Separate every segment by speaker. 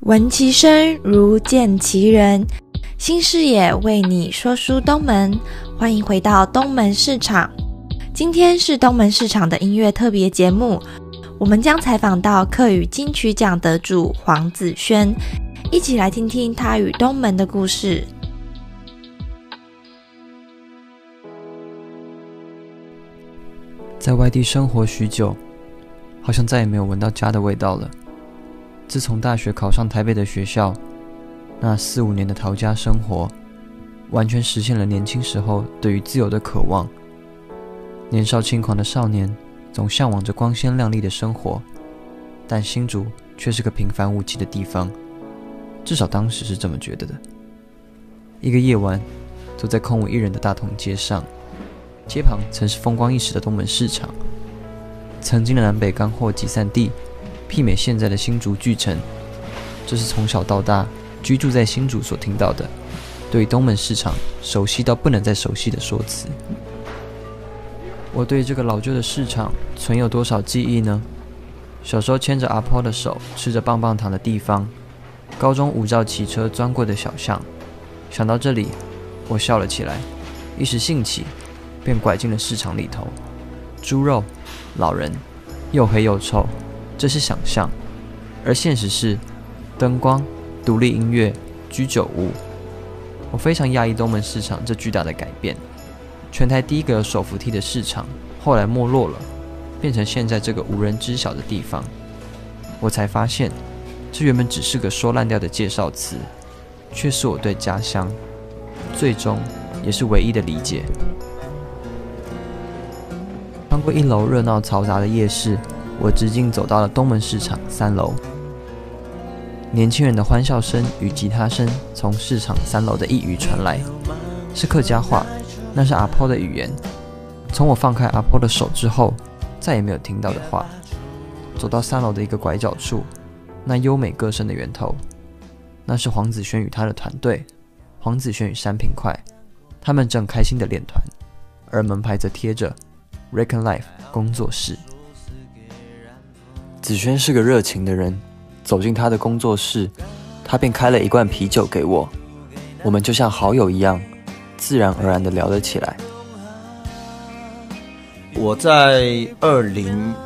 Speaker 1: 闻其声如见其人，新视野为你说书东门，欢迎回到东门市场。今天是东门市场的音乐特别节目，我们将采访到客语金曲奖得主黄子轩，一起来听听他与东门的故事。
Speaker 2: 在外地生活许久，好像再也没有闻到家的味道了。自从大学考上台北的学校，那4、5年的逃家生活，完全实现了年轻时候对于自由的渴望。年少轻狂的少年，总向往着光鲜亮丽的生活，但新竹却是个平凡无奇的地方，至少当时是这么觉得的。一个夜晚，走在空无一人的大同街上，街旁曾是风光一时的东门市场，曾经的南北干货集散地，媲美现在的新竹巨城。这是从小到大居住在新竹所听到的，对于东门市场熟悉到不能再熟悉的说辞。我对这个老旧的市场存有多少记忆呢？小时候牵着阿婆的手，吃着棒棒糖的地方，高中午照骑车钻过的小巷。想到这里，我笑了起来，一时兴起，便拐进了市场里头。猪肉、老人，又黑又臭，这是想象，而现实是灯光、独立音乐、居酒屋。我非常讶异东门市场这巨大的改变。全台第一个有手扶梯的市场，后来没落了，变成现在这个无人知晓的地方。我才发现，这原本只是个说烂掉的介绍词，却是我对家乡最终也是唯一的理解。穿过1楼热闹嘈杂的夜市，我直径走到了东门市场3楼。年轻人的欢笑声与吉他声从市场3楼的一隅传来，是客家话，那是阿婆的语言。从我放开阿婆的手之后，再也没有听到的话。走到3楼的一个拐角处，那优美歌声的源头，那是黄子轩与他的团队，黄子轩与山平快，他们正开心的练团，而门牌则贴着 Reckon Life 工作室。子轩是个热情的人，走进他的工作室，他便开了1罐啤酒给我，我们就像好友一样，自然而然地聊了起来。
Speaker 3: 我在2018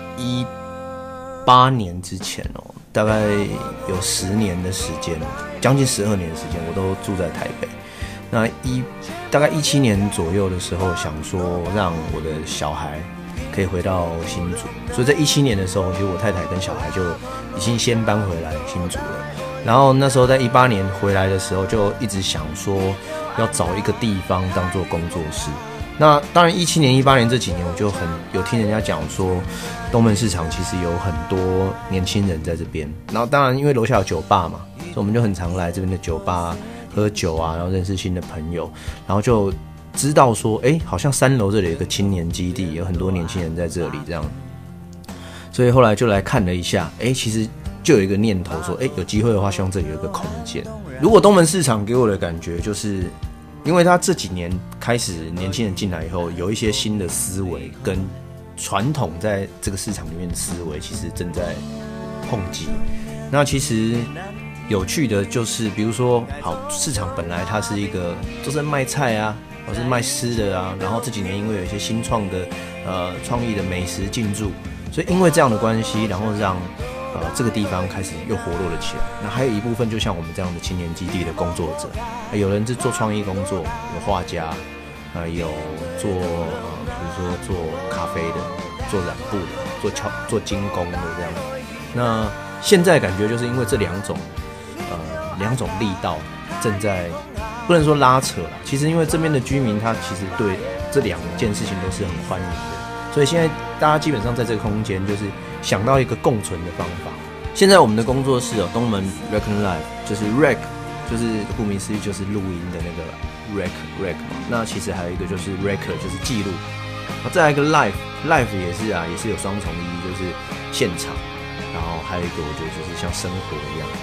Speaker 3: 年之前大概有10年的时间，将近12年的时间，我都住在台北。那大概17年左右的时候，想说让我的小孩可以回到新竹，所以在17年的时候，其实我太太跟小孩就已经先搬回来新竹了。然后那时候在18年回来的时候，就一直想说要找一个地方当做工作室。那当然17年、18年这几年，我就很有听人家讲说，东门市场其实有很多年轻人在这边。然后当然因为楼下有酒吧嘛，所以我们就很常来这边的酒吧喝酒啊，然后认识新的朋友，然后就知道说，好像3楼这里有一个青年基地，有很多年轻人在这里这样。所以后来就来看了一下，其实就有一个念头说，有机会的话，希望这里有一个空间。如果东门市场给我的感觉就是，因为他这几年开始年轻人进来以后，有一些新的思维跟传统在这个市场里面的思维，其实正在碰击。那其实有趣的就是，比如说，好，市场本来它是一个都是卖菜啊，或是卖吃的啊，然后这几年因为有一些新创的创意的美食进驻，所以因为这样的关系，然后让这个地方开始又活络了起来。那还有一部分就像我们这样的青年基地的工作者，有人是做创意工作，有画家，有做比如说做咖啡的，做染布的，做精工的这样。那现在感觉就是因为这两种力道正在不能说拉扯啦，其实因为这边的居民他其实对这2件事情都是很欢迎的，所以现在大家基本上在这个空间就是想到一个共存的方法。现在我们的工作室东门 Reckon Life 就是 Rec， 就是顾名思义就是录音的那个 Rec 嘛。那其实还有一个就是 Record 就是记录，再来一个 Life 也是有双重意义，就是现场，然后还有一个我觉得就是像生活一样。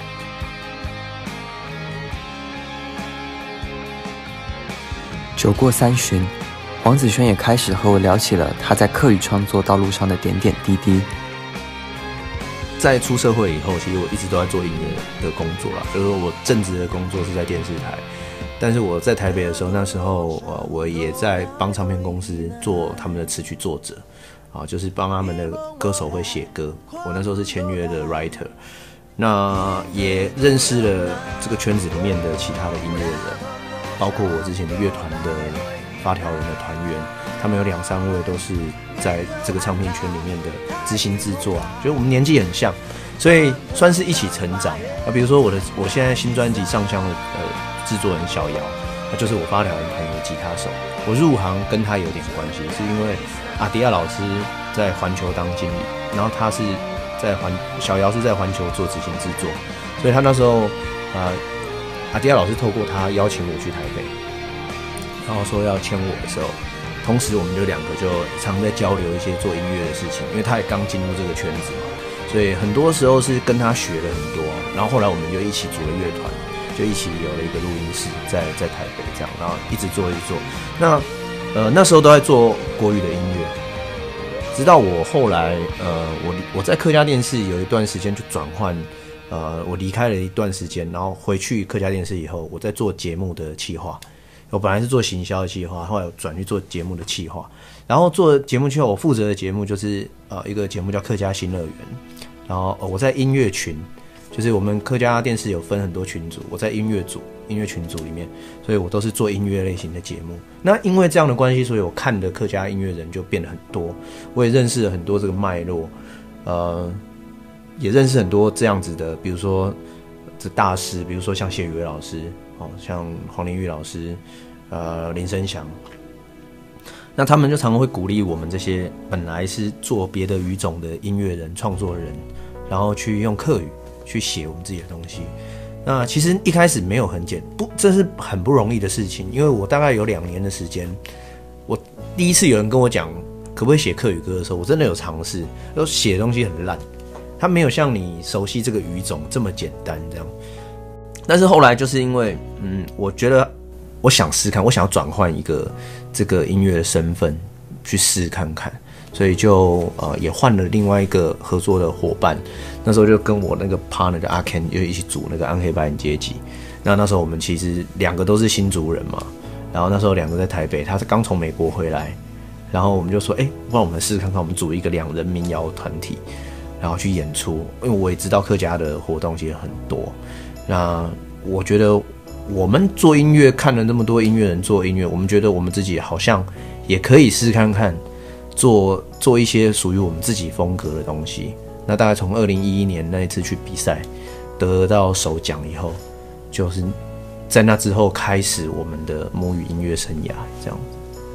Speaker 2: 酒过3巡，黄子轩也开始和我聊起了他在客语创作道路上的点点滴滴。
Speaker 3: 在出社会以后，其实我一直都在做音乐的工作啦，就是我正职的工作是在电视台，但是我在台北的时候，那时候我也在帮唱片公司做他们的词曲作者啊，就是帮他们的歌手会写歌，我那时候是签约的 writer， 那也认识了这个圈子里面的其他的音乐人，包括我之前的乐团的发条人的团员，他们有2-3位都是在这个唱片圈里面的执行制作啊，觉得我们年纪很像，所以算是一起成长啊。比如说我现在新专辑上香的制作人小姚，就是我发条人团的吉他手，我入行跟他有点关系，是因为阿迪亚老师在环球当经理，然后他是在小姚是在环球做执行制作，所以他那时候阿迪亚老师透过他邀请我去台北，然后说要签我的时候，同时我们就2个就常在交流一些做音乐的事情，因为他也刚进入这个圈子嘛，所以很多时候是跟他学了很多，然后后来我们就一起组了乐团，就一起有了一个录音室在台北这样，然后一直做。那时候都在做国语的音乐，直到我后来我在客家电视有一段时间就转换，我离开了一段时间，然后回去客家电视以后，我在做节目的企划。我本来是做行销的企划，后来我转去做节目的企划。然后做节目企划，我负责的节目就是一个节目叫客家新乐园。然后我在音乐群，就是我们客家电视有分很多群组，我在音乐群组里面，所以我都是做音乐类型的节目。那因为这样的关系，所以我看的客家音乐人就变得很多，我也认识了很多这个脉络，也认识很多这样子的，比如说这大师，比如说像谢宇威老师，像黄玲玉老师，林生祥，那他们就常常会鼓励我们这些本来是做别的语种的音乐人、创作人，然后去用客语去写我们自己的东西。那其实一开始没有这是很不容易的事情，因为我大概有2年的时间，我第一次有人跟我讲可不可以写客语歌的时候，我真的有尝试，都写的东西很烂，它没有像你熟悉这个语种这么简单这样。但是后来就是因为我觉得我想试看，我想要转换一个这个音乐的身份去试看看，所以就也换了另外一个合作的伙伴。那时候就跟我那个 partner 的阿 Ken 就一起组那个暗黑白人阶级。那时候我们其实2个都是新竹人嘛，然后那时候2个在台北，他是刚从美国回来，然后我们就说，不然我们试试看看，我们组一个2人民谣团体，然后去演出。因为我也知道客家的活动其实很多，那我觉得我们做音乐，看了那么多音乐人做音乐，我们觉得我们自己好像也可以试看看做一些属于我们自己风格的东西。那大概从2011年那一次去比赛得到首奖以后，就是在那之后开始我们的母语音乐生涯这样。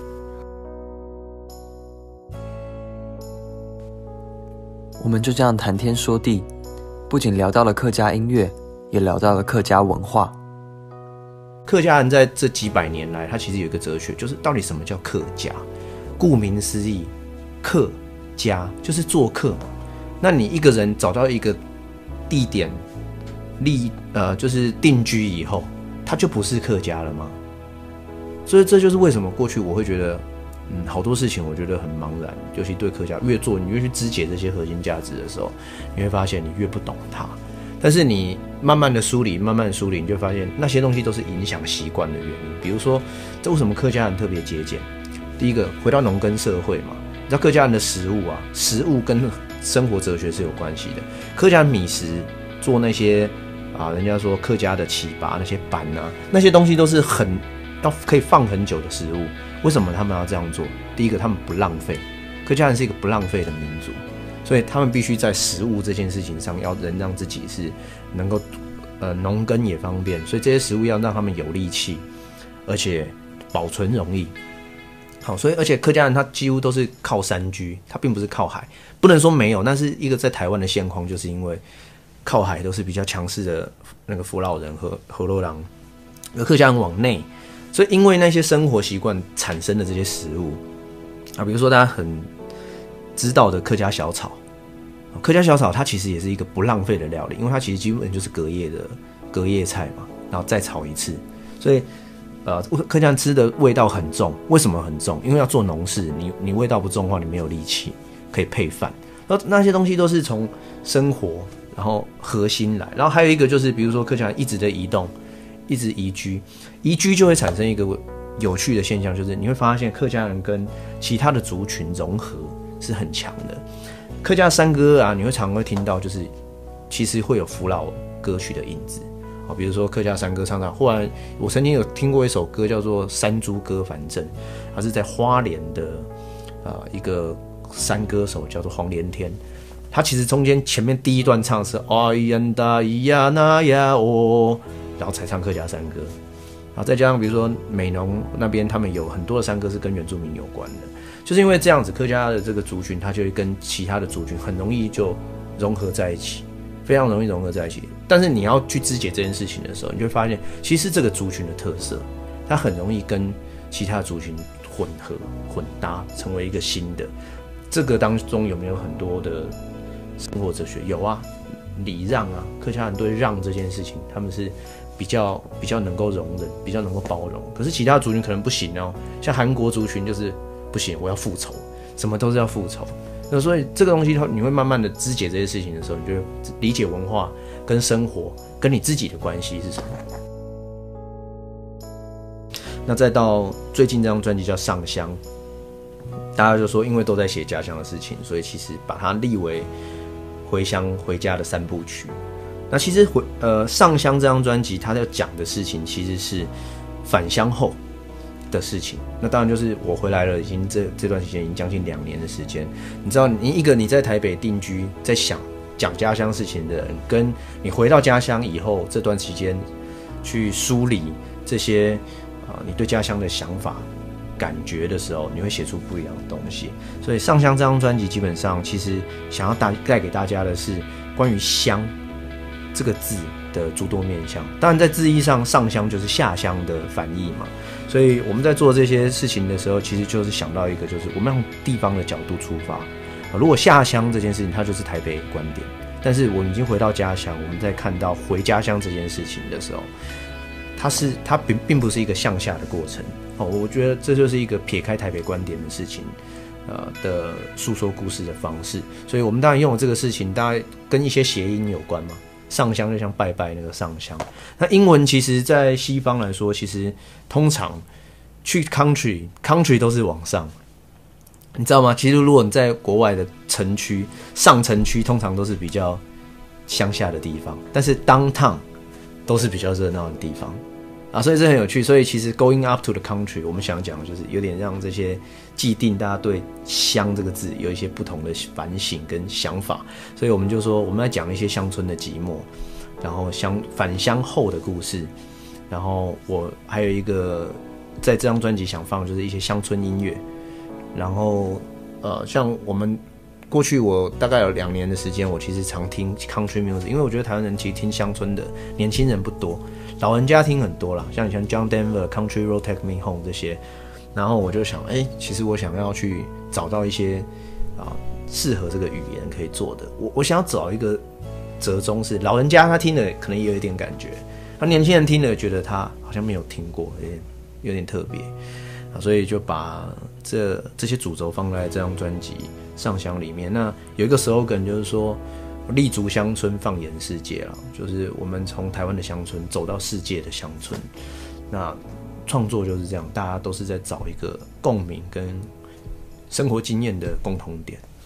Speaker 2: 我们就这样谈天说地，不仅聊到了客家音乐，也聊到了客家文化。
Speaker 3: 客家人在这几百年来，他其实有一个哲学，就是到底什么叫客家？顾名思义，客家就是做客嘛。那你一个人找到一个地点就是定居以后，他就不是客家了吗？所以这就是为什么过去我会觉得，好多事情我觉得很茫然，尤其对客家越做，你越去肢解这些核心价值的时候，你会发现你越不懂它。但是你慢慢的梳理，你就发现那些东西都是影响习惯的原因。比如说，这为什么客家人特别节俭？第一个，回到农耕社会嘛，你知道客家人的食物跟生活哲学是有关系的。客家人米食做那些人家说客家的糍粑那些板那些东西都是可以放很久的食物。为什么他们要这样做？第一个，他们不浪费，客家人是一个不浪费的民族。所以他们必须在食物这件事情上要能让自己是能够农耕也方便，所以这些食物要让他们有力气，而且保存容易。好，所以而且客家人他几乎都是靠山居，他并不是靠海。不能说没有，但是一个在台湾的现况，就是因为靠海都是比较强势的那个福佬人和河洛人，而客家人往内，所以因为那些生活习惯产生的这些食物比如说大家很知道的客家小炒，客家小炒它其实也是一个不浪费的料理，因为它其实基本就是隔夜菜嘛，然后再炒一次，所以客家人吃的味道很重。为什么很重？因为要做农事，你味道不重的话，你没有力气可以配饭， 那些东西都是从生活然后核心来，然后还有一个就是比如说客家人一直的移动，一直移居就会产生一个有趣的现象，就是你会发现客家人跟其他的族群融合是很强的。客家山歌啊，你会常听到，就是其实会有福老歌曲的影子。比如说客家山歌常常，忽然我曾经有听过一首歌叫做《山猪歌反正》，它是在花莲的一个山歌手叫做黄连天，他其实中间前面第一段唱是哎呀哒咿呀那呀哦，然后才唱客家山歌，然后再加上比如说美浓那边他们有很多的山歌是跟原住民有关的，就是因为这样子，客家的这个族群它就会跟其他的族群很容易就融合在一起。非常容易融合在一起，但是你要去肢解这件事情的时候，你就会发现，其实这个族群的特色，它很容易跟其他族群混合、混搭，成为一个新的。这个当中有没有很多的生活哲学？有啊，礼让啊，客家人对让这件事情，他们是比较能够容忍，比较能够包容。可是其他族群可能不行哦，像韩国族群就是不行，我要复仇，什么都是要复仇。那所以这个东西，你会慢慢的肢解这些事情的时候，你就会理解文化跟生活跟你自己的关系是什么。那再到最近这张专辑叫《上香》，大家就说因为都在写家乡的事情，所以其实把它立为回乡回家的3部曲。那其实上香这张专辑，它要讲的事情其实是返乡后的事情。那当然就是我回来了，已经这段时间已经将近2年的时间。你知道，你在台北定居，在讲家乡事情的人，跟你回到家乡以后这段期间去梳理这些你对家乡的想法、感觉的时候，你会写出不一样的东西。所以上香这张专辑基本上其实想要带给大家的是关于乡这个字的诸多面向。当然在字义上，上香就是下乡的反义嘛。所以我们在做这些事情的时候，其实就是想到一个，就是我们用地方的角度出发。如果下乡这件事情，它就是台北观点，但是我们已经回到家乡，我们在看到回家乡这件事情的时候，它并不是一个向下的过程。我觉得这就是一个撇开台北观点的事情，的诉说故事的方式。所以我们当然用了这个事情，大概跟一些谐音有关嘛。上香就像拜拜那个上香。那英文其实在西方来说，其实通常去 country 都是往上，你知道吗？其实如果你在国外的城区，上城区通常都是比较乡下的地方，但是 downtown 都是比较热闹的地方啊，所以这很有趣。所以其实 going up to the country， 我们想讲的就是有点让这些既定大家对乡这个字有一些不同的反省跟想法，所以我们就说我们在讲一些乡村的寂寞，然后返乡后的故事，然后我还有一个在这张专辑想放就是一些乡村音乐，然后像我们过去我大概有2年的时间，我其实常听 country music， 因为我觉得台湾人其实听乡村的年轻人不多，老人家听很多啦，像 John Denver、Country Road Take Me Home 这些。然后我就想，其实我想要去找到一些适合这个语言可以做的。我想要找一个折中，是老人家他听了可能也有一点感觉，那年轻人听了觉得他好像没有听过，有点特别。所以就把这些主轴放在这张专辑上香里面。那有一个 slogan 就是说，立足乡村，放眼世界啦，就是我们从台湾的乡村走到世界的乡村。那创作就是这样，大家都是在找一个共鸣跟生活经验的共同点。